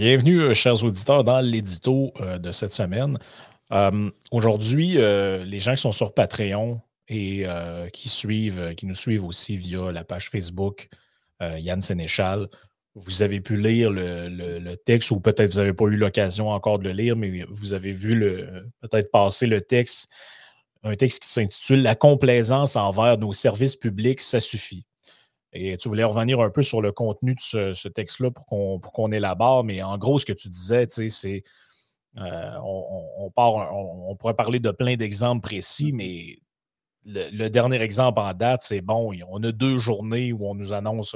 Bienvenue, chers auditeurs, dans l'édito de cette semaine. Aujourd'hui, les gens qui sont sur Patreon et qui nous suivent aussi via la page Facebook Yann Sénéchal, vous avez pu lire le texte, ou peut-être vous n'avez pas eu l'occasion encore de le lire, mais vous avez vu peut-être passer le texte, un texte qui s'intitule La complaisance envers nos services publics, ça suffit. Et tu voulais revenir un peu sur le contenu de ce texte-là pour qu'on élabore, mais en gros, ce que tu disais, tu sais, c'est on pourrait parler de plein d'exemples précis, mais le dernier exemple en date, c'est bon, on a 2 journées où on nous annonce.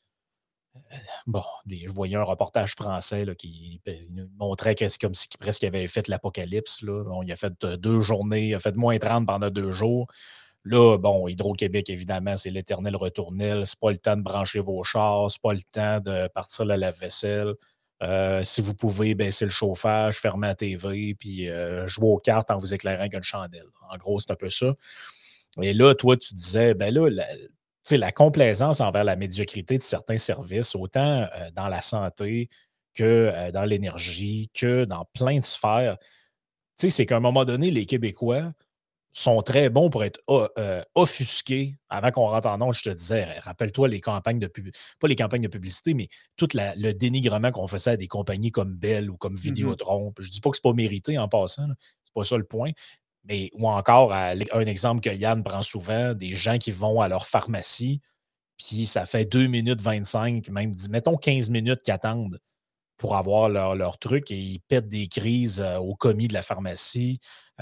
Bon, je voyais un reportage français là, il nous montrait que c'est comme si presque il avait fait l'apocalypse. Là. Bon, il a fait 2 journées, il a fait -30 pendant 2 jours. Là, bon, Hydro-Québec, évidemment, c'est l'éternel retournelle. C'est pas le temps de brancher vos chars, c'est pas le temps de partir la lave-vaisselle. Si vous pouvez, baisser le chauffage, fermer la TV, puis jouer aux cartes en vous éclairant avec une chandelle. En gros, c'est un peu ça. Et là, toi, tu disais, ben là, tu sais, la complaisance envers la médiocrité de certains services, autant dans la santé que dans l'énergie, que dans plein de sphères, tu sais, c'est qu'à un moment donné, les Québécois sont très bons pour être offusqués. Avant qu'on rentre en ondes, je te disais, rappelle-toi les campagnes de pas les campagnes de publicité, mais tout le dénigrement qu'on faisait à des compagnies comme Bell ou comme Mhm. Vidéotron. Je ne dis pas que c'est pas mérité en passant, là. C'est pas ça le point. Mais, ou encore, un exemple que Yann prend souvent, des gens qui vont à leur pharmacie, puis ça fait 2 minutes 25, même, mettons 15 minutes qu'ils attendent pour avoir leur truc et ils pètent des crises au commis de la pharmacie.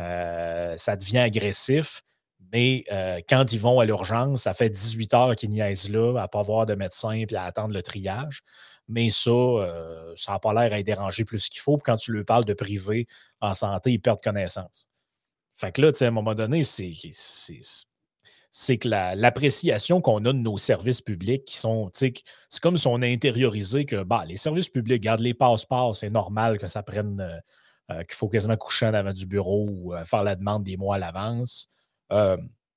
Ça devient agressif, mais quand ils vont à l'urgence, ça fait 18 heures qu'ils niaisent là, à ne pas voir de médecin puis à attendre le triage. Mais ça n'a pas l'air à les déranger plus qu'il faut. Puis quand tu leur parles de privé en santé, ils perdent connaissance. Fait que là, tu sais, à un moment donné, c'est que l'appréciation qu'on a de nos services publics qui sont, tu sais, c'est comme si on a intériorisé que bah, les services publics, regarde les passe-passe, c'est normal que ça prenne, qu'il faut quasiment coucher en avant du bureau ou faire la demande des mois à l'avance. Euh,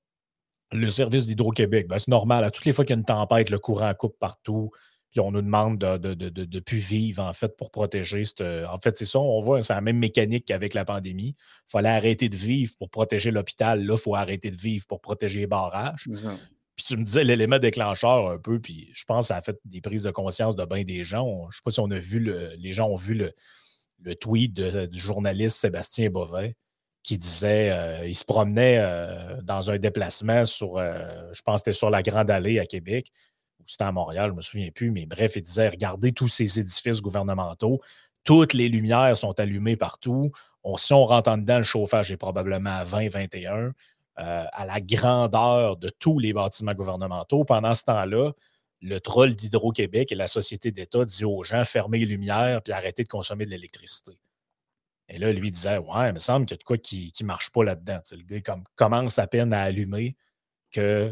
le service d'Hydro-Québec, ben, c'est normal. À toutes les fois qu'il y a une tempête, le courant coupe partout. Puis on nous demande de plus vivre, en fait, pour protéger. En fait, c'est ça, on voit, c'est la même mécanique qu'avec la pandémie. Il fallait arrêter de vivre pour protéger l'hôpital. Là, il faut arrêter de vivre pour protéger les barrages. C'est ça. Puis tu me disais l'élément déclencheur un peu, puis je pense que ça a fait des prises de conscience de bien des gens. Je ne sais pas si on a vu les gens ont vu le tweet du journaliste Sébastien Bovet qui disait il se promenait dans un déplacement je pense que c'était sur la Grande Allée à Québec, ou c'était à Montréal, je ne me souviens plus, mais bref, il disait regardez tous ces édifices gouvernementaux, toutes les lumières sont allumées partout. Si on rentre en dedans, le chauffage est probablement à 20, 21, à la grandeur de tous les bâtiments gouvernementaux. Pendant ce temps-là, le troll d'Hydro-Québec et la société d'État dit aux gens fermez les lumières puis arrêtez de consommer de l'électricité. Et là, lui disait ouais, il me semble qu'il y a de quoi qui ne marche pas là-dedans. Tu sais, le gars commence à peine à allumer que,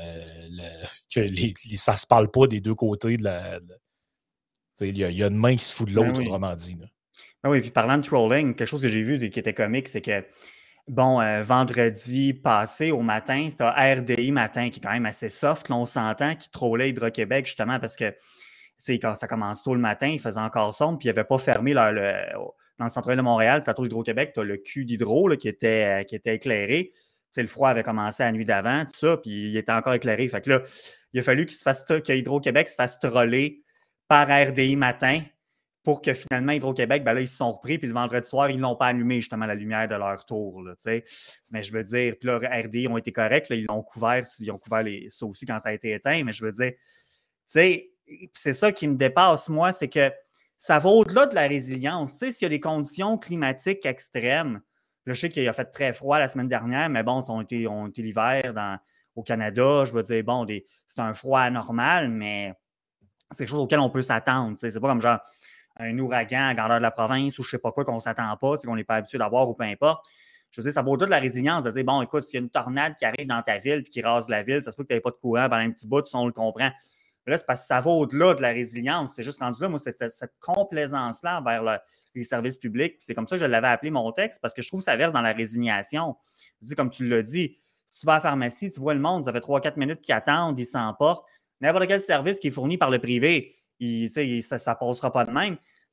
ça ne se parle pas des deux côtés tu sais, il y a une main qui se fout de Ben l'autre, oui. autrement dit. Là. Ben oui, puis parlant de trolling, quelque chose que j'ai vu qui était comique, c'est que, bon, vendredi passé au matin, c'est RDI matin, qui est quand même assez soft, là, on s'entend, qui trollait Hydro-Québec, justement, parce que c'est quand ça commence tôt le matin, il faisait encore sombre, puis ils n'avaient pas fermé dans le centre-ville de Montréal, c'est à tour Hydro-Québec, tu as le cul d'Hydro là, qui était éclairé. Tu sais, le froid avait commencé la nuit d'avant, tout ça, puis il était encore éclairé. Fait que là, il a fallu que Hydro-Québec se fasse troller par RDI matin pour que finalement Hydro-Québec, ben là, ils se sont repris, puis le vendredi soir, ils n'ont pas allumé justement la lumière de leur tour. Là, mais je veux dire, puis là, RDI ont été corrects, là, ils ont couvert ça aussi quand ça a été éteint, mais je veux dire, tu sais, c'est ça qui me dépasse, moi, c'est que ça va au-delà de la résilience. Tu sais, s'il y a des conditions climatiques extrêmes, là, je sais qu'il a fait très froid la semaine dernière, mais bon, on était l'hiver au Canada. Je veux dire, bon, c'est un froid anormal, mais c'est quelque chose auquel on peut s'attendre. Tu sais, c'est pas comme genre un ouragan à grandeur de la province ou je sais pas quoi qu'on s'attend pas, qu'on n'est pas habitué d'avoir ou peu importe. Je veux dire, ça va au-delà de la résilience de dire, bon, écoute, s'il y a une tornade qui arrive dans ta ville et qui rase la ville, ça se peut que tu n'aies pas de courant pendant un petit bout, on le comprend. Mais là, c'est parce que ça va au-delà de la résilience. C'est juste rendu là, moi, cette complaisance-là envers les services publics. C'est comme ça que je l'avais appelé mon texte, parce que je trouve que ça verse dans la résignation. Je dis, comme tu l'as dit, si tu vas à la pharmacie, tu vois le monde, ça fait 3-4 minutes qu'ils attendent, ils s'emportent. N'importe quel service qui est fourni par le privé, ça ne passera pas de même.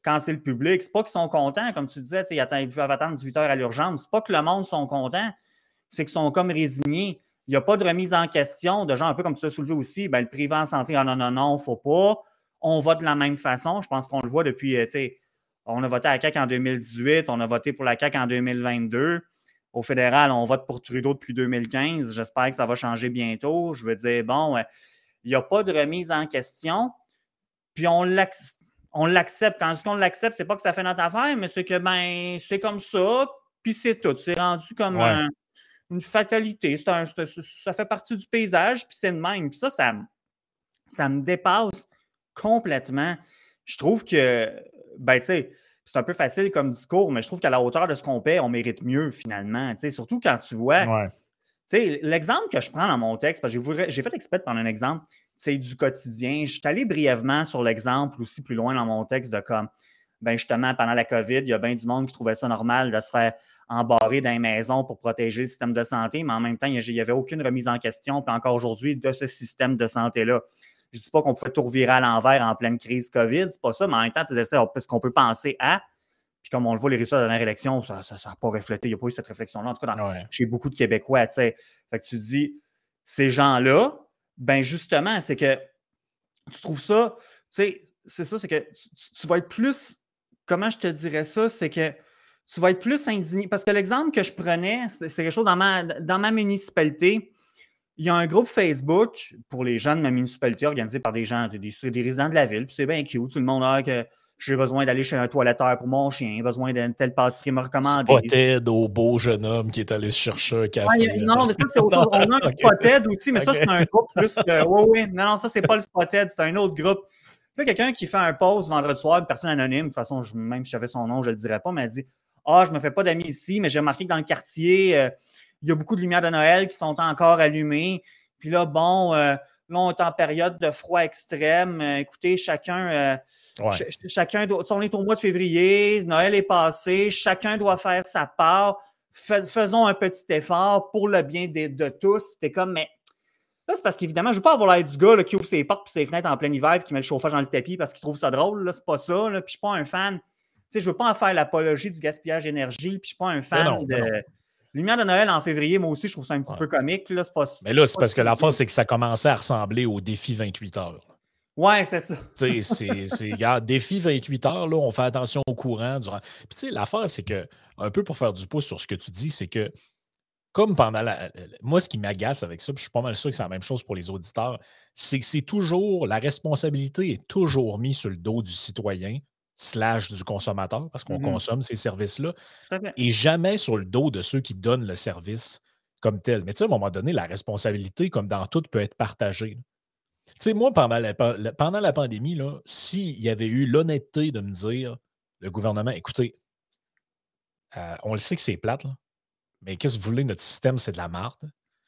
quand c'est le public. C'est pas qu'ils sont contents, comme tu disais, ils peuvent attendre 18 heures à l'urgence. C'est pas que le monde sont contents, c'est qu'ils sont comme résignés. Il n'y a pas de remise en question, de gens un peu comme tu l'as soulevé aussi, ben, le privé en santé, non, non, non, il ne faut pas. On vote de la même façon. Je pense qu'on le voit depuis, on a voté à la CAQ en 2018, on a voté pour la CAQ en 2022. Au fédéral, on vote pour Trudeau depuis 2015. J'espère que ça va changer bientôt. Je veux dire, bon, il n'y a pas de remise en question, puis on l'accepte. Quand on l'accepte, c'est pas que ça fait notre affaire, mais c'est que, ben, c'est comme ça, puis c'est tout. C'est rendu comme une fatalité. Ça fait partie du paysage, puis c'est le même. Puis ça me dépasse complètement. Je trouve que, ben, tu sais, c'est un peu facile comme discours, mais je trouve qu'à la hauteur de ce qu'on paie, on mérite mieux finalement. Surtout quand tu vois. L'exemple que je prends dans mon texte, parce que j'ai fait exprès de prendre un exemple du quotidien. Je suis allé brièvement sur l'exemple aussi plus loin dans mon texte de comme, ben justement, pendant la COVID, il y a bien du monde qui trouvait ça normal de se faire embarrer dans les maisons pour protéger le système de santé, mais en même temps, il n'y avait aucune remise en question, puis encore aujourd'hui, de ce système de santé-là. Je ne dis pas qu'on pouvait tout revirer à l'envers en pleine crise COVID, c'est pas ça, mais en même temps, c'est ce qu'on peut penser à. Puis comme on le voit, les résultats de la dernière élection, ça n'a pas reflété, il n'y a pas eu cette réflexion-là, en tout cas chez beaucoup de Québécois. Fait que tu dis, ces gens-là, ben justement, c'est que tu trouves ça, c'est ça, c'est que tu vas être plus, comment je te dirais ça, c'est que tu vas être plus indigné. Parce que l'exemple que je prenais, c'est quelque chose dans ma municipalité. Il y a un groupe Facebook pour les gens de ma municipalité organisé par des gens, des résidents de la ville. Puis c'est bien cute. Tout le monde a que j'ai besoin d'aller chez un toiletteur pour mon chien, besoin d'une telle pâtisserie me recommander. Spotted au beau jeune homme qui est allé se chercher un café. Non, mais ça, c'est autre chose. On a un Spotted aussi, mais ça, c'est un groupe plus. Oui. Non, ça, c'est pas le Spotted, c'est un autre groupe. Puis quelqu'un qui fait un post vendredi soir, une personne anonyme, de toute façon, même si j'avais son nom, je ne le dirais pas, mais elle dit je ne me fais pas d'amis ici, mais j'ai remarqué que dans le quartier, il y a beaucoup de lumières de Noël qui sont encore allumées. Puis là, bon, là, on est en période de froid extrême. Écoutez, chacun doit. On est au mois de février, Noël est passé, chacun doit faire sa part. Faisons un petit effort pour le bien de tous. C'était comme, mais là, c'est parce qu'évidemment, je ne veux pas avoir l'air du gars là, qui ouvre ses portes et ses fenêtres en plein hiver et qui met le chauffage dans le tapis parce qu'il trouve ça drôle. Là, c'est pas ça. Là, puis je ne suis pas un fan. Je ne veux pas en faire l'apologie du gaspillage d'énergie. Puis je ne suis pas un fan de. Lumière de Noël en février, moi aussi, je trouve ça un petit peu comique. Là, mais là, c'est parce que l'affaire, c'est que ça commençait à ressembler au défi 28 heures. Ouais, c'est ça. Regarde, défi 28 heures, là, on fait attention au courant. Puis tu sais, l'affaire, c'est que, un peu pour faire du pouce sur ce que tu dis, c'est que, comme pendant moi, ce qui m'agace avec ça, puis je suis pas mal sûr que c'est la même chose pour les auditeurs, c'est que c'est toujours, la responsabilité est toujours mise sur le dos du citoyen / du consommateur, parce qu'on consomme ces services-là, et jamais sur le dos de ceux qui donnent le service comme tel. Mais tu sais, à un moment donné, la responsabilité, comme dans tout, peut être partagée. Tu sais, moi, pendant la pandémie, s'il y avait eu l'honnêteté de me dire, le gouvernement, écoutez, on le sait que c'est plate, là, mais qu'est-ce que vous voulez, notre système, c'est de la merde.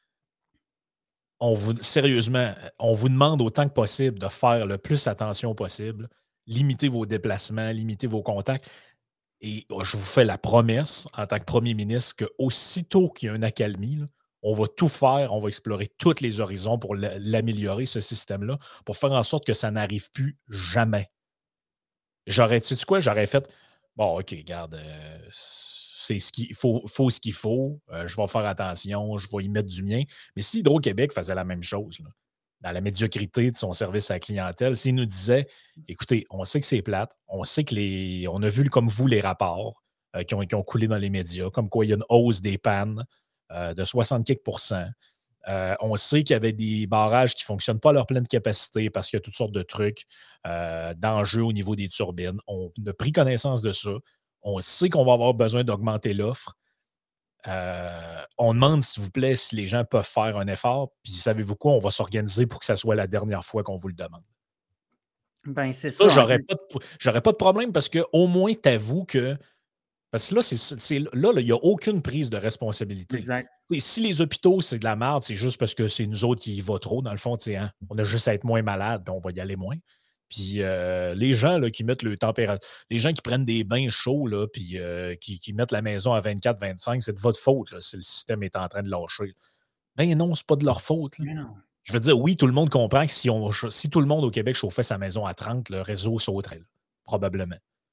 Sérieusement, on vous demande autant que possible de faire le plus attention possible, limiter vos déplacements, limiter vos contacts. Et je vous fais la promesse, en tant que premier ministre, qu'aussitôt qu'il y a une accalmie, là, on va tout faire, on va explorer tous les horizons pour l'améliorer, ce système-là, pour faire en sorte que ça n'arrive plus jamais. Tu sais quoi? J'aurais fait, bon, OK, regarde, c'est ce qu'il faut ce qu'il faut, je vais faire attention, je vais y mettre du mien. Mais si Hydro-Québec faisait la même chose, là, dans la médiocrité de son service à la clientèle, s'il nous disait, écoutez, on sait que c'est plate, on sait que on a vu comme vous les rapports qui ont coulé dans les médias, comme quoi il y a une hausse des pannes de 60 quelques %. On sait qu'il y avait des barrages qui ne fonctionnent pas à leur pleine capacité parce qu'il y a toutes sortes de trucs, d'enjeux au niveau des turbines. On a pris connaissance de ça. On sait qu'on va avoir besoin d'augmenter l'offre. On demande, s'il vous plaît, si les gens peuvent faire un effort. Puis, savez-vous quoi? On va s'organiser pour que ça soit la dernière fois qu'on vous le demande. Ben, c'est ça. J'aurais pas de problème parce qu'au moins, tu avoues que. Parce que là, il n'y a aucune prise de responsabilité. Exact. Si les hôpitaux, c'est de la merde, c'est juste parce que c'est nous autres qui y va trop. Dans le fond, on a juste à être moins malade, puis on va y aller moins. Puis les gens là, qui mettent le température, les gens qui prennent des bains chauds, là, puis qui mettent la maison à 24-25, c'est de votre faute là, si le système est en train de lâcher. Ben non, c'est pas de leur faute. Là. Je veux dire, oui, tout le monde comprend que si tout le monde au Québec chauffait sa maison à 30, le réseau sauterait, là, probablement.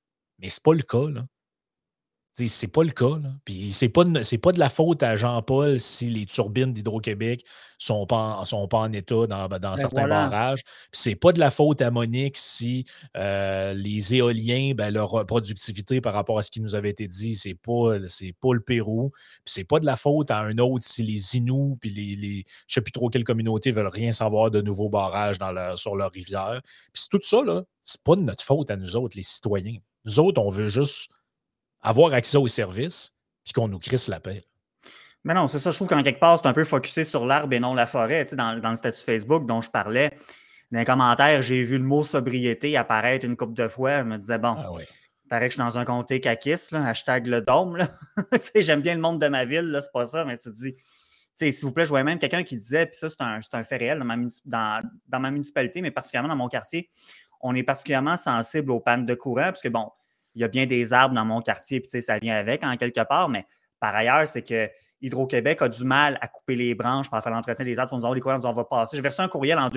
Mais c'est pas le cas, là. C'est pas le cas. Là. Puis c'est pas de la faute à Jean-Paul si les turbines d'Hydro-Québec sont pas en état dans Ben certains voilà. barrages. Puis c'est pas de la faute à Monique si les éoliens, leur productivité par rapport à ce qui nous avait été dit, c'est pas le Pérou. Puis c'est pas de la faute à un autre si les Inuits puis je sais plus trop quelles communautés veulent rien savoir de nouveaux barrages sur leur rivière. Puis tout ça, là, c'est pas de notre faute à nous autres, les citoyens. Nous autres, on veut juste avoir accès aux services, puis qu'on nous crisse la paix. Mais non, c'est ça. Je trouve qu'en quelque part, c'est un peu focusé sur l'arbre et non la forêt. Tu sais, dans le statut Facebook dont je parlais, dans les commentaires, j'ai vu le mot sobriété apparaître une couple de fois. Je me disais, bon, Ah oui. il paraît que je suis dans un comté caquiste, là, hashtag le dôme. Là. Tu sais, j'aime bien le monde de ma ville, là, c'est pas ça, mais tu te dis, tu sais, s'il vous plaît, je voyais même quelqu'un qui disait, puis ça, c'est un fait réel dans ma municipalité, mais particulièrement dans mon quartier, on est particulièrement sensible aux pannes de courant, parce que bon, il y a bien des arbres dans mon quartier, puis tu sais, ça vient avec en quelque part, mais par ailleurs, c'est que Hydro-Québec a du mal à couper les branches pour faire l'entretien des arbres. On nous envoie les courants, on va passer. J'ai reçu un courriel en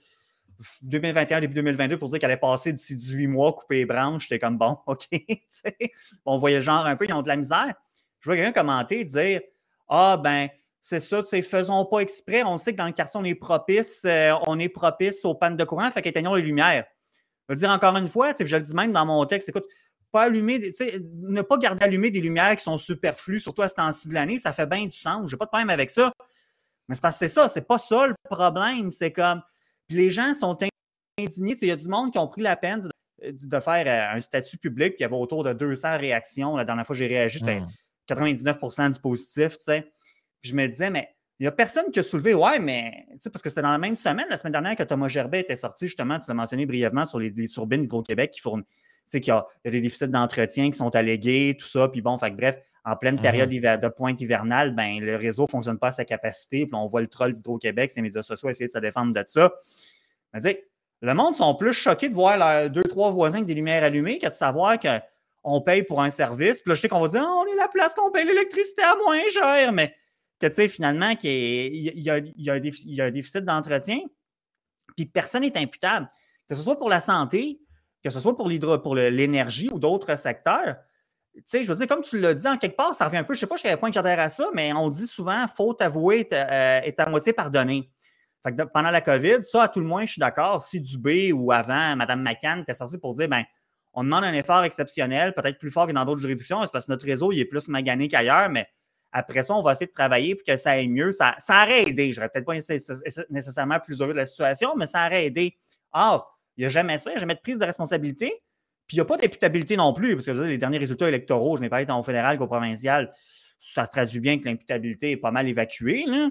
2021, début 2022, pour dire qu'elle allait passer d'ici 18 mois couper les branches. J'étais comme bon, OK. On voyait le genre un peu, ils ont de la misère. Je vois quelqu'un commenter, dire ah, ben, c'est ça, tu sais, faisons pas exprès. On sait que dans le quartier, on est propice aux pannes de courant, fait qu'éteignons les lumières. Je veux dire encore une fois, je le dis même dans mon texte, écoute, pas allumer, ne pas garder allumées des lumières qui sont superflues, surtout à ce temps-ci de l'année, ça fait bien du sens. J'ai pas de problème avec ça. Mais c'est parce que c'est ça, c'est pas ça le problème. C'est comme. Puis les gens sont indignés. Il y a du monde qui ont pris la peine de faire un statut public, puis il y avait autour de 200 réactions. La dernière fois que j'ai réagi, c'était 99% du positif. Puis je me disais, mais il n'y a personne qui a soulevé, ouais, mais parce que c'était dans la même semaine, la semaine dernière, que Thomas Gerbet était sorti, justement, tu l'as mentionné brièvement sur les turbines d'Hydro-Québec qui fournissent. Qu'il y a des déficits d'entretien qui sont allégués, tout ça, puis bon, fait que bref, en pleine période de pointe hivernale, ben, le réseau ne fonctionne pas à sa capacité, puis on voit le troll d'Hydro-Québec, ses médias sociaux essayer de se défendre de ça. Je me dis, le monde sont plus choqués de voir leurs 2-3 voisins avec des lumières allumées que de savoir qu'on paye pour un service. Puis là, je sais qu'on va dire, on est la place qu'on paye l'électricité à moins cher, mais que tu sais, finalement, il y a un déficit d'entretien, puis personne n'est imputable. Que ce soit pour la santé, que ce soit pour l'énergie ou d'autres secteurs. Tu sais, je veux dire, comme tu l'as dit, en quelque part, ça revient un peu, je ne sais pas jusqu'à quel point j'adhère à ça, mais on dit souvent, faute avouée est à moitié pardonnée. Fait que pendant la COVID, ça, à tout le moins, je suis d'accord. Si Dubé ou avant, Mme McCann était sortie pour dire, ben, on demande un effort exceptionnel, peut-être plus fort que dans d'autres juridictions, c'est parce que notre réseau, il est plus magané qu'ailleurs, mais après ça, on va essayer de travailler pour que ça aille mieux. Ça aurait aidé. Je n'aurais peut-être pas nécessairement plus heureux de la situation, mais ça aurait aidé. Or, il n'y a jamais ça, il n'y a jamais de prise de responsabilité. Puis il n'y a pas d'imputabilité non plus, parce que les derniers résultats électoraux, je n'ai parlé tant au fédéral qu'au provincial, ça traduit bien que l'imputabilité est pas mal évacuée. Là.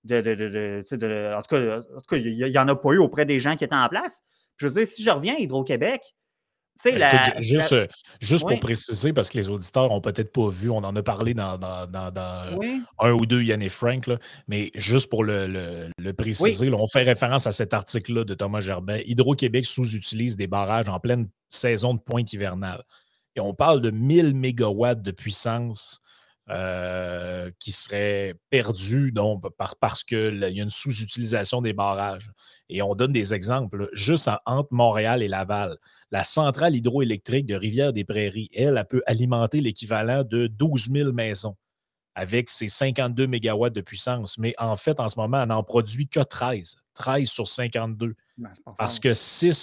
En tout cas, il n'y en a pas eu auprès des gens qui étaient en place. Je veux dire, si je reviens à Hydro-Québec, tu sais, écoute, juste pour oui. préciser, parce que les auditeurs n'ont peut-être pas vu, on en a parlé dans Oui. un ou deux Yann et Frank, là, mais juste pour le préciser, Oui. là, on fait référence à cet article-là de Thomas Gerbet. Hydro-Québec sous-utilise des barrages en pleine saison de pointe hivernale. Et on parle de 1000 mégawatts de puissance qui seraient perdus donc, parce qu'il y a une sous-utilisation des barrages. Et on donne des exemples. Juste entre Montréal et Laval, la centrale hydroélectrique de Rivière-des-Prairies, elle peut alimenter l'équivalent de 12 000 maisons avec ses 52 mégawatts de puissance. Mais en fait, en ce moment, elle n'en produit que 13. 13 sur 52. Ben, Parce que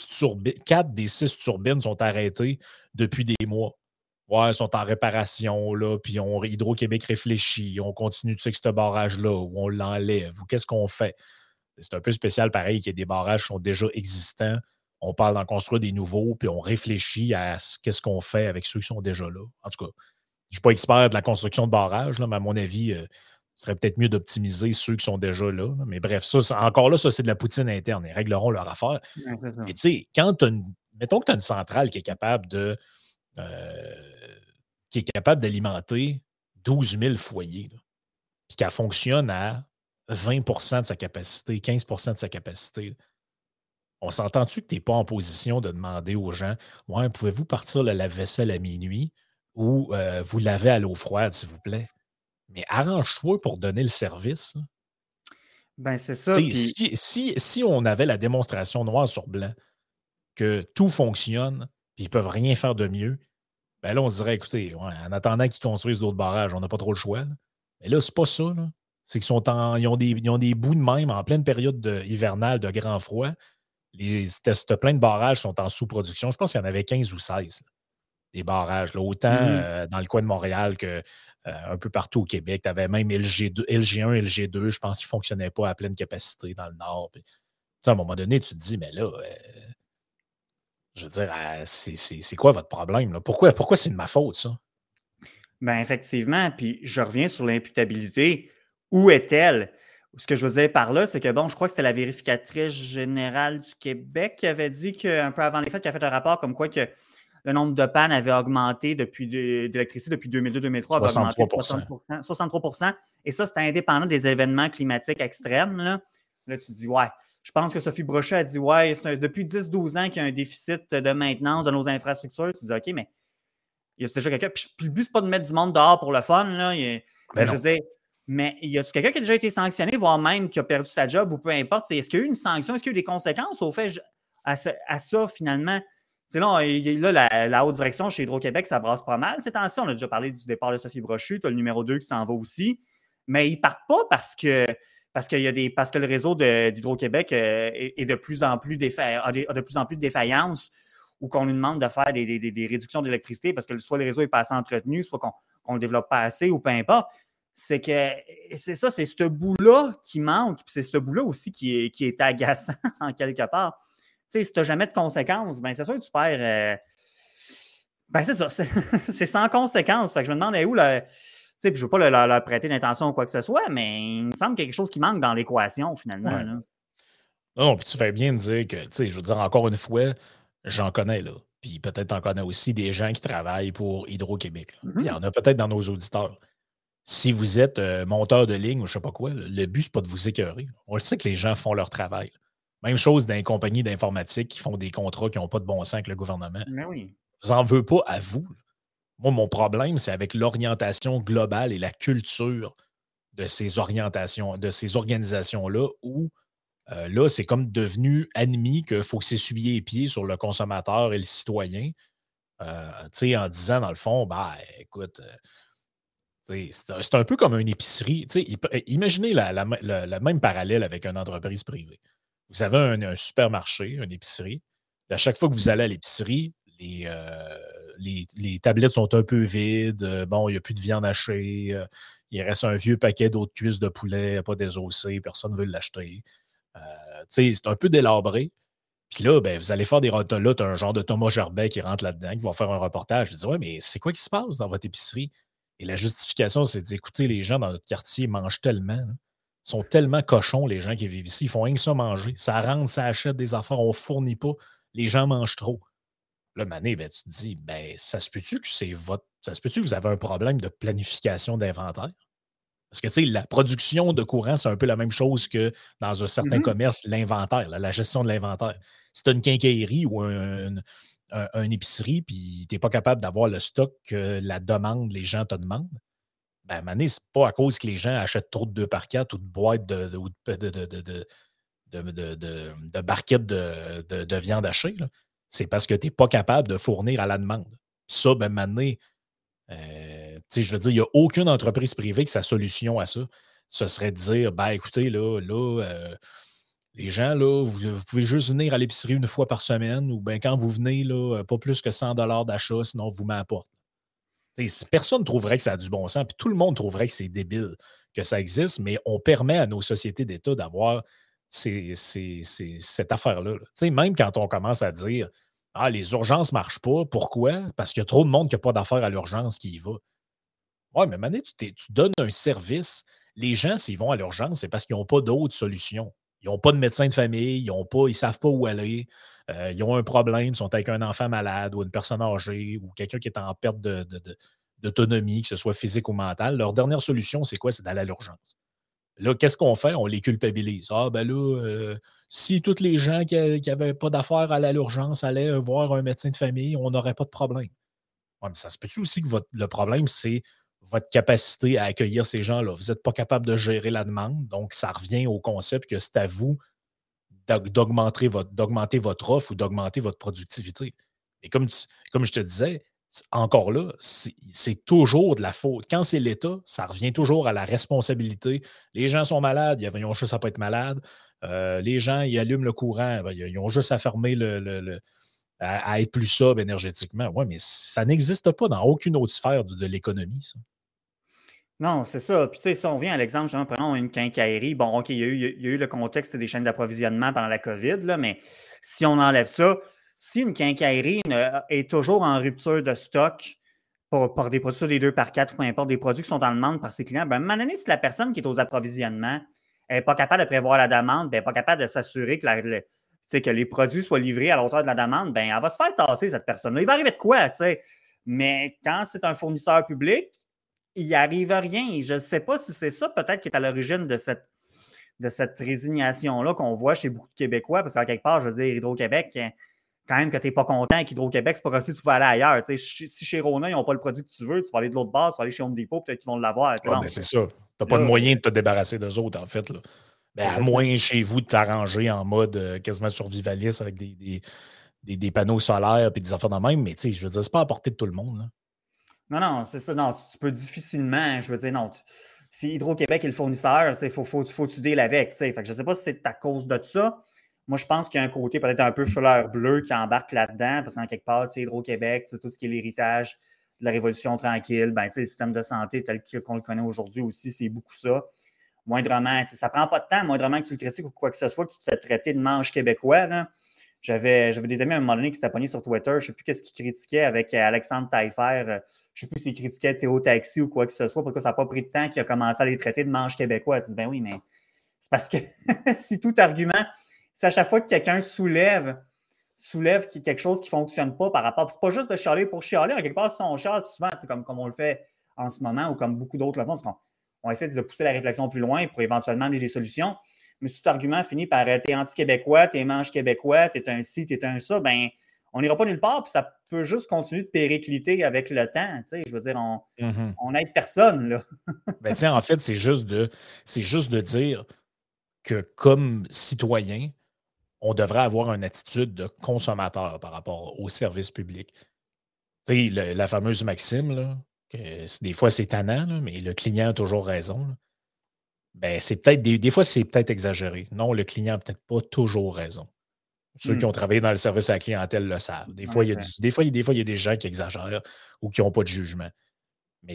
4 des 6 turbines sont arrêtées depuis des mois. Ouais, ils sont en réparation, là, puis Hydro-Québec réfléchit, on continue avec ce barrage-là, ou on l'enlève, ou qu'est-ce qu'on fait? C'est un peu spécial, pareil, qu'il y ait des barrages qui sont déjà existants. On parle d'en construire des nouveaux, puis on réfléchit à qu'est-ce qu'on fait avec ceux qui sont déjà là. En tout cas, je ne suis pas expert de la construction de barrages, là, mais à mon avis, ce serait peut-être mieux d'optimiser ceux qui sont déjà là. Mais bref, encore là, ça, c'est de la poutine interne. Ils régleront leur affaire. Ouais, Mais tu sais, mettons que tu as une centrale qui est capable d'alimenter 12 000 foyers, là, puis qu'elle fonctionne à 20 de sa capacité, 15 de sa capacité. Là. On s'entend-tu que tu n'es pas en position de demander aux gens, ouais, pouvez-vous partir le lave-vaisselle à minuit ou vous lavez à l'eau froide, s'il vous plaît? Mais arrange-toi pour donner le service. Là. Ben, c'est ça. Puis, Si on avait la démonstration noir sur blanc que tout fonctionne, puis ils ne peuvent rien faire de mieux, Ben là, on se dirait, écoutez, ouais, en attendant qu'ils construisent d'autres barrages, on n'a pas trop le choix. Là. Mais là, c'est pas ça. Là. C'est qu'ils ils ont des bouts de même en pleine période hivernale de grand froid. Plein de barrages sont en sous-production. Je pense qu'il y en avait 15 ou 16, là, des barrages. Là. Autant Mhm. dans le coin de Montréal que un peu partout au Québec. Tu avais même LG2, LG1, LG2, je pense qu'ils ne fonctionnaient pas à pleine capacité dans le Nord. Puis, tu sais, à un moment donné, tu te dis, mais là, je veux dire, c'est quoi votre problème? Là? Pourquoi c'est de ma faute, ça? Ben effectivement, puis je reviens sur l'imputabilité. Où est-elle? Ce que je veux dire par là, c'est que, bon, je crois que c'était la vérificatrice générale du Québec qui avait dit qu'un peu avant les fêtes, qui a fait un rapport comme quoi que le nombre de pannes avait augmenté d'électricité depuis 2002-2003, avait augmenté 63 de 63 et ça, c'était indépendant des événements climatiques extrêmes. Là, tu te dis, ouais, je pense que Sophie Brochet a dit, ouais, depuis 10-12 ans qu'il y a un déficit de maintenance de nos infrastructures. Tu te dis, OK, mais il y a déjà quelqu'un. Puis le but, c'est pas de mettre du monde dehors pour le fun. Là. Ben Mais je non. veux dire, mais y a quelqu'un qui a déjà été sanctionné, voire même qui a perdu sa job ou peu importe? Est-ce qu'il y a eu une sanction? Est-ce qu'il y a eu des conséquences au fait à ça, finalement? Là, la haute direction chez Hydro-Québec, ça brasse pas mal ces temps-ci. On a déjà parlé du départ de Sophie Brochu. Tu as le numéro 2 qui s'en va aussi. Mais ils partent pas parce que le réseau d'Hydro-Québec est de plus en plus a de plus en plus de défaillances ou qu'on lui demande de faire des réductions d'électricité parce que soit le réseau n'est pas assez entretenu, soit qu'on ne le développe pas assez ou peu importe. C'est ça, c'est ce bout-là qui manque, puis c'est ce bout-là aussi qui est agaçant en quelque part. Tu sais, si tu n'as jamais de conséquences, ben c'est sûr que tu perds. Ben c'est ça, c'est sans conséquences. Fait que je me demande où là. Je ne veux pas leur prêter d'intention ou quoi que ce soit, mais il me semble qu'il y a quelque chose qui manque dans l'équation, finalement. Ouais. Là. Non, puis tu fais bien de dire que, tu sais, je veux dire, encore une fois, j'en connais, là. Puis peut-être t'en connais aussi des gens qui travaillent pour Hydro-Québec. Puis il y Mm-hmm. en a peut-être dans nos auditeurs. Si vous êtes monteur de ligne ou je sais pas quoi, là, le but, c'est pas de vous écœurer. On le sait que les gens font leur travail. Même chose dans les compagnies d'informatique qui font des contrats qui n'ont pas de bon sens avec le gouvernement. Mais oui. Je vous en veux pas à vous. Là. Moi, mon problème, c'est avec l'orientation globale et la culture de ces orientations, de ces organisations-là où là, c'est comme devenu admis qu'il faut s'essuyer les pieds sur le consommateur et le citoyen, en disant, dans le fond, ben, écoute, c'est un peu comme une épicerie. Imaginez le même parallèle avec une entreprise privée. Vous avez un supermarché, une épicerie. À chaque fois que vous allez à l'épicerie, les tablettes sont un peu vides. Bon, il n'y a plus de viande hachée. Il reste un vieux paquet d'autres cuisses de poulet, pas désossé. Personne ne veut l'acheter. C'est un peu délabré. Puis là, ben, vous allez faire des repas. Là, tu as un genre de Thomas Gerbet qui rentre là-dedans, qui va faire un reportage. Je dis, ouais, mais c'est quoi qui se passe dans votre épicerie? Et la justification, c'est de dire, écoutez, les gens dans notre quartier mangent tellement. Là. Ils sont tellement cochons, les gens qui vivent ici. Ils font rien que ça manger. Ça rentre, ça achète des affaires, on ne fournit pas. Les gens mangent trop. Là, Mané, ben, tu te dis, ben, ça se peut-tu que c'est votre. Ça se peut-tu que vous avez un problème de planification d'inventaire? Parce que, tu sais, la production de courant, c'est un peu la même chose que dans un certain Mm-hmm. commerce, l'inventaire, la gestion de l'inventaire. Si tu as une quincaillerie ou une épicerie, puis tu n'es pas capable d'avoir le stock que la demande, les gens te demandent, ben, à un moment donné, c'est pas à cause que les gens achètent trop de 2 par 4 ou de boîtes de barquettes de viande hachée. Là. C'est parce que tu n'es pas capable de fournir à la demande. Ça, ben, à un moment donné, je veux dire, il n'y a aucune entreprise privée que sa solution à ça, ce serait de dire, ben écoutez, les gens, là, vous pouvez juste venir à l'épicerie une fois par semaine ou bien quand vous venez, là, pas plus que 100 d'achat, sinon vous m'apporte. Personne ne trouverait que ça a du bon sens, puis tout le monde trouverait que c'est débile que ça existe, mais on permet à nos sociétés d'État d'avoir cette affaire-là. Là. Même quand on commence à dire ah, les urgences ne marchent pas, pourquoi? Parce qu'il y a trop de monde qui n'a pas d'affaires à l'urgence qui y va. Oui, mais maintenant, tu donnes un service. Les gens, s'ils vont à l'urgence, c'est parce qu'ils n'ont pas d'autres solutions. Ils n'ont pas de médecin de famille, ils ne savent pas où aller, ils ont un problème, ils sont avec un enfant malade ou une personne âgée ou quelqu'un qui est en perte d'autonomie, que ce soit physique ou mentale. Leur dernière solution, c'est quoi? C'est d'aller à l'urgence. Là, qu'est-ce qu'on fait? On les culpabilise. Ah, ben là, si tous les gens qui n'avaient pas d'affaires à aller à l'urgence allaient voir un médecin de famille, on n'aurait pas de problème. Ouais, mais ça se peut-tu aussi que le problème, c'est votre capacité à accueillir ces gens-là. Vous n'êtes pas capable de gérer la demande, donc ça revient au concept que c'est à vous d'augmenter votre offre ou d'augmenter votre productivité. Et comme je te disais, encore là, c'est toujours de la faute. Quand c'est l'État, ça revient toujours à la responsabilité. Les gens sont malades, ils ont juste à pas être malades. Les gens, ils allument le courant, ben, ils ont juste à fermer à être plus sobre énergétiquement. Oui, mais ça n'existe pas dans aucune autre sphère de l'économie, ça. Non, c'est ça. Puis, tu sais, si on revient à l'exemple, justement, prenons une quincaillerie. Bon, OK, il y a eu le contexte des chaînes d'approvisionnement pendant la COVID, là, mais si on enlève ça, si une quincaillerie est toujours en rupture de stock pour des produits sur des 2 par 4, peu importe, des produits qui sont en demande par ses clients, ben, à un moment donné, si la personne qui est aux approvisionnements n'est pas capable de prévoir la demande, ben, n'est pas capable de s'assurer tu sais, que les produits soient livrés à la hauteur de la demande, ben, elle va se faire tasser, cette personne-là. Il va arriver de quoi, tu sais? Mais quand c'est un fournisseur public, il n'y arrive rien. Je ne sais pas si c'est ça peut-être qui est à l'origine de cette résignation-là qu'on voit chez beaucoup de Québécois, parce qu'en quelque part, je veux dire, Hydro-Québec, quand même que tu n'es pas content avec Hydro-Québec, c'est pas comme si tu vas aller ailleurs. Si chez Rona, ils n'ont pas le produit que tu veux, tu vas aller de l'autre bord, tu vas aller chez Home Depot, peut-être qu'ils vont l'avoir. Ah, Bon, ben c'est ça. Tu n'as pas de là, moyen de te débarrasser d'eux autres, en fait. Là. Ben, à exactement. moins chez vous de t'arranger en mode quasiment survivaliste avec des panneaux solaires et des affaires de même, mais tu sais, je veux dire, c'est pas à portée de tout le monde. Là. Non, non, c'est ça. Non, tu peux difficilement, je veux dire, non. Si Hydro-Québec est le fournisseur, il faut tu deal avec. Fait que je ne sais pas si c'est à cause de ça. Moi, je pense qu'il y a un côté peut-être un peu fleur bleue qui embarque là-dedans, parce qu'en quelque part, Hydro-Québec, tout ce qui est l'héritage de la Révolution tranquille, ben, le système de santé tel qu'on le connaît aujourd'hui aussi, c'est beaucoup ça. Moindrement, ça ne prend pas de temps, moindrement que tu le critiques ou quoi que ce soit, que tu te fais traiter de manche québécois. Là. J'avais des amis à un moment donné qui s'étaient pognés sur Twitter, je ne sais plus qu'est-ce qu'ils critiquaient avec Alexandre Taillefer. Je ne sais plus s'ils critiquaient Théo Taxi ou quoi que ce soit, pourquoi ça n'a pas pris de temps qu'il a commencé à les traiter de manche québécois. Tu dis, ben oui, mais c'est parce que si tout argument, c'est à chaque fois que quelqu'un soulève quelque chose qui ne fonctionne pas par rapport. C'est pas juste de chialer pour chialer. En quelque part, si on chiale souvent, c'est comme on le fait en ce moment ou comme beaucoup d'autres le font, c'est qu'on essaie de pousser la réflexion plus loin pour éventuellement amener des solutions. Mais si tout argument finit par t'es anti-québécois, t'es manche québécois, t'es un ci, t'es un ça, ben on n'ira pas nulle part, puis ça peut juste continuer de péricliter avec le temps. Tu sais, je veux dire, on n'aide personne, là. Ben, en fait, c'est juste de dire que comme citoyen, on devrait avoir une attitude de consommateur par rapport au service public. Tu sais, la fameuse maxime, là, que des fois c'est tannant, là, mais le client a toujours raison. Là. Ben, c'est peut-être des fois, c'est peut-être exagéré. Non, le client n'a peut-être pas toujours raison. Ceux qui ont travaillé dans le service à la clientèle le savent. Des En fois, il y a effet. il y a des gens qui exagèrent ou qui n'ont pas de jugement. Mais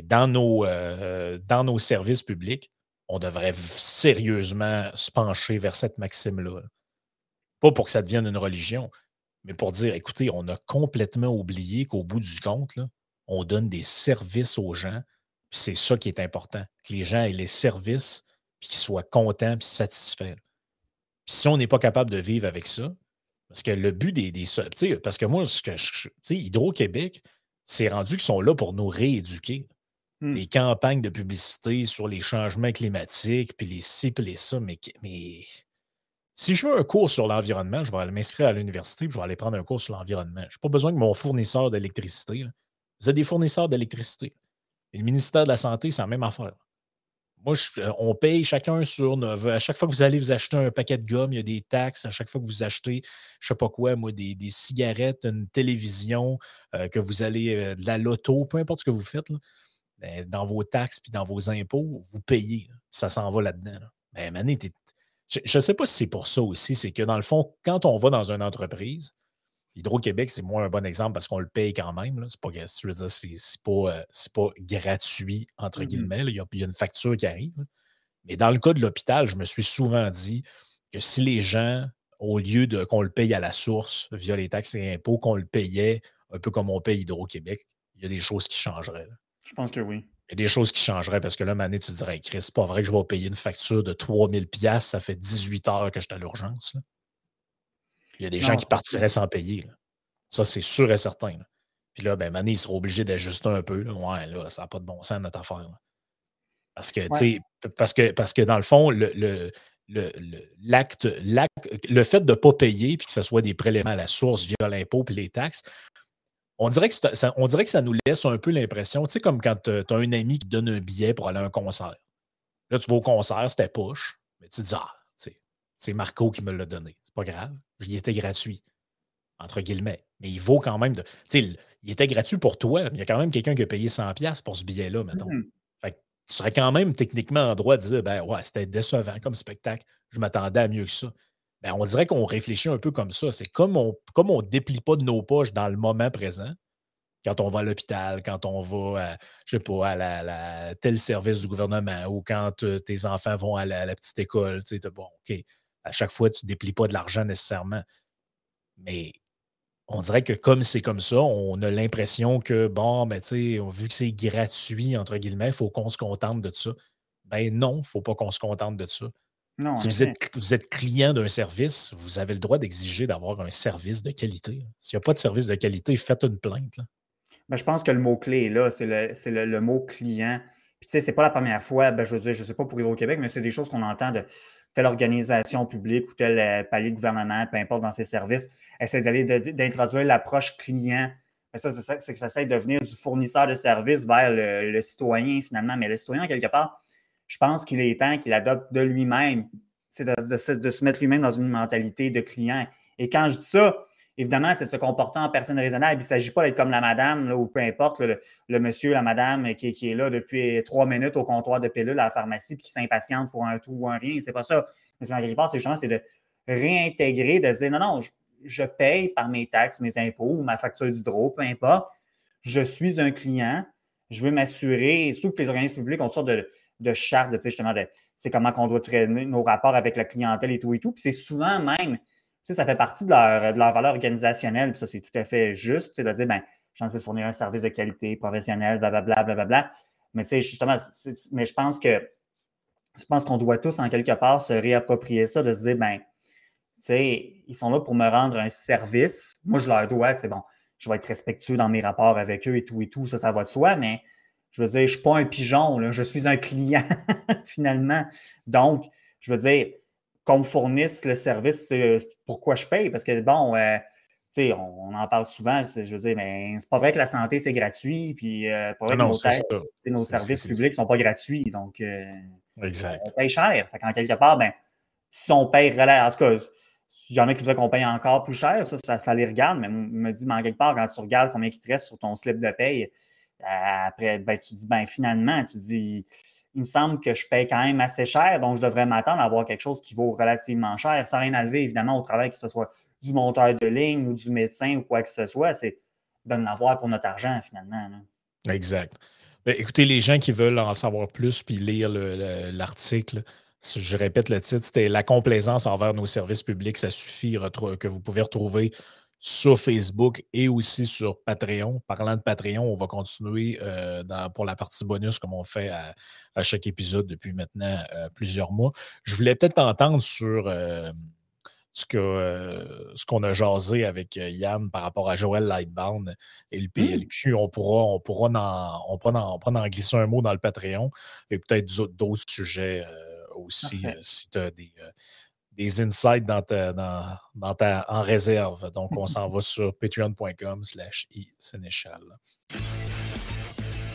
dans nos services publics, on devrait sérieusement se pencher vers cette maxime-là. Pas pour que ça devienne une religion, mais pour dire, écoutez, on a complètement oublié qu'au bout du compte, là, on donne des services aux gens. Puis c'est ça qui est important, que les gens aient les services, puis qu'ils soient contents, puis satisfaits. Puis si on n'est pas capable de vivre avec ça, parce que le but parce que moi, Hydro-Québec, c'est rendu qu'ils sont là pour nous rééduquer. Des campagnes de publicité sur les changements climatiques, puis les ci, puis les ça, mais si je veux un cours sur l'environnement, je vais aller m'inscrire à l'université, puis je vais aller prendre un cours sur l'environnement. Je n'ai pas besoin que mon fournisseur d'électricité. Là. Vous êtes des fournisseurs d'électricité. Et le ministère de la Santé, c'est la même affaire. Moi, on paye chacun sur à chaque fois que vous allez vous acheter un paquet de gomme, il y a des taxes. À chaque fois que vous achetez, je ne sais pas quoi, moi, des cigarettes, une télévision, que vous allez de la loto, peu importe ce que vous faites, là, ben, dans vos taxes puis dans vos impôts, vous payez. Là. Ça s'en va là-dedans. Là. Ben, Mané, je ne sais pas si c'est pour ça aussi. C'est que dans le fond, quand on va dans une entreprise, Hydro-Québec, c'est moins un bon exemple parce qu'on le paye quand même. Là. C'est pas, je veux dire, c'est pas gratuit, entre guillemets. Là. Il y a une facture qui arrive. Là. Mais dans le cas de l'hôpital, je me suis souvent dit que si les gens, au lieu de qu'on le paye à la source via les taxes et impôts, qu'on le payait un peu comme on paye Hydro-Québec, il y a des choses qui changeraient. Là. Je pense que oui. Il y a des choses qui changeraient parce que là, Mané, tu te dirais, Chris, c'est pas vrai que je vais payer une facture de 3 000 $, ça fait 18 heures que je suis à l'urgence. Là. Il y a des gens Non, qui c'est ça. partiraient sans payer. Là. Ça, c'est sûr et certain. Là. Puis là, ben, Mané, il sera obligé d'ajuster un peu. Là. Ouais, là, ça n'a pas de bon sens, notre affaire. Là. Parce que, tu Ouais. sais, parce que dans le fond, le fait de ne pas payer puis que ce soit des prélèvements à la source via l'impôt et les taxes, on dirait que ça nous laisse un peu l'impression, tu sais, comme quand tu as un ami qui te donne un billet pour aller à un concert. Là, tu vas au concert, c'était poche, mais tu te dis, ah, tu sais, c'est Marco qui me l'a donné. C'est pas grave, j'y étais gratuit. entre guillemets. Mais il vaut quand même de. Tu sais, il était gratuit pour toi, mais il y a quand même quelqu'un qui a payé 100$ pour ce billet-là, mettons. Mhm. Fait que tu serais quand même techniquement en droit de dire, ben ouais, c'était décevant comme spectacle. Je m'attendais à mieux que ça. Ben, on dirait qu'on réfléchit un peu comme ça. C'est comme on ne déplie pas de nos poches dans le moment présent, quand on va à l'hôpital, quand on va, je sais pas, à tel service du gouvernement ou quand tes enfants vont à la petite école. Tu sais, bon, OK, à chaque fois, tu ne déplies pas de l'argent nécessairement. Mais on dirait que comme c'est comme ça, on a l'impression que, bon, ben, tu sais, vu que c'est gratuit, entre guillemets, il faut qu'on se contente de ça. Ben non, il ne faut pas qu'on se contente de ça. Non, en Si effet. vous êtes client d'un service, vous avez le droit d'exiger d'avoir un service de qualité. S'il n'y a pas de service de qualité, faites une plainte. Là. Ben, je pense que le mot-clé est là, c'est le mot client. Puis, tu sais, c'est pas la première fois, ben, je veux dire, je sais pas pour Hydro-Québec, mais c'est des choses qu'on entend de telle organisation publique ou tel palier de gouvernement, peu importe dans ses services, essaie d'introduire l'approche client. Mais ça, c'est que ça essaie de venir du fournisseur de services vers le citoyen, finalement. Mais le citoyen, quelque part, je pense qu'il est temps qu'il adopte de lui-même, de se mettre lui-même dans une mentalité de client. Et quand je dis ça, évidemment, c'est de se comporter en personne raisonnable. Il ne s'agit pas d'être comme la madame là, ou peu importe, le monsieur, la madame qui est là depuis 3 minutes au comptoir de pilule à la pharmacie et qui s'impatiente pour un tout ou un rien. C'est pas ça. Mais en quelque part, c'est justement de réintégrer, de se dire non, je paye par mes taxes, mes impôts ou ma facture d'hydro, peu importe. Je suis un client. Je veux m'assurer, surtout que les organismes publics ont toutes sortes de chartes, justement, c'est comment on doit traîner nos rapports avec la clientèle et tout et tout. Puis c'est souvent même ça fait partie de leur valeur organisationnelle, puis ça, c'est tout à fait juste, de dire, ben, je suis censé fournir un service de qualité professionnelle, blablabla, blablabla. Mais tu sais, justement, mais je pense qu'on doit tous, en quelque part, se réapproprier ça, de se dire, ben, tu sais, ils sont là pour me rendre un service. Moi, je leur dois, c'est bon, je vais être respectueux dans mes rapports avec eux et tout, ça va de soi, mais je veux dire, je ne suis pas un pigeon, là, je suis un client, finalement. Donc, je veux dire, qu'on me fournisse le service, c'est pourquoi je paye. Parce que, bon, tu sais, on en parle souvent, je veux dire, mais c'est pas vrai que la santé, c'est gratuit, puis pas vrai que Non, c'est ça. nos services publics ne sont pas gratuits. Donc, on Exact. paye cher. Fait qu'en quelque part, ben, si on paye, en tout cas, il y en a qui voudraient qu'on paye encore plus cher, ça les regarde, mais me dit, mais en quelque part, quand tu regardes combien il te reste sur ton slip de paye, après, ben, tu dis, ben, finalement, tu dis, il me semble que je paye quand même assez cher, donc je devrais m'attendre à avoir quelque chose qui vaut relativement cher, sans rien enlever, évidemment, au travail, que ce soit du monteur de ligne ou du médecin ou quoi que ce soit, c'est d'en avoir pour notre argent, finalement. Là. Exact. Ben, écoutez, les gens qui veulent en savoir plus puis lire l'article, je répète le titre, c'était La complaisance envers nos services publics, ça suffit, que vous pouvez retrouver sur Facebook et aussi sur Patreon. Parlant de Patreon, on va continuer pour la partie bonus comme on fait à chaque épisode depuis maintenant plusieurs mois. Je voulais peut-être entendre sur ce qu'on a jasé avec Yann par rapport à Joël Lightbound et le PLQ. On pourra en glisser un mot dans le Patreon et peut-être d'autres sujets aussi si tu as des insights en réserve. Donc, on s'en va sur patreon.com/isénéchal.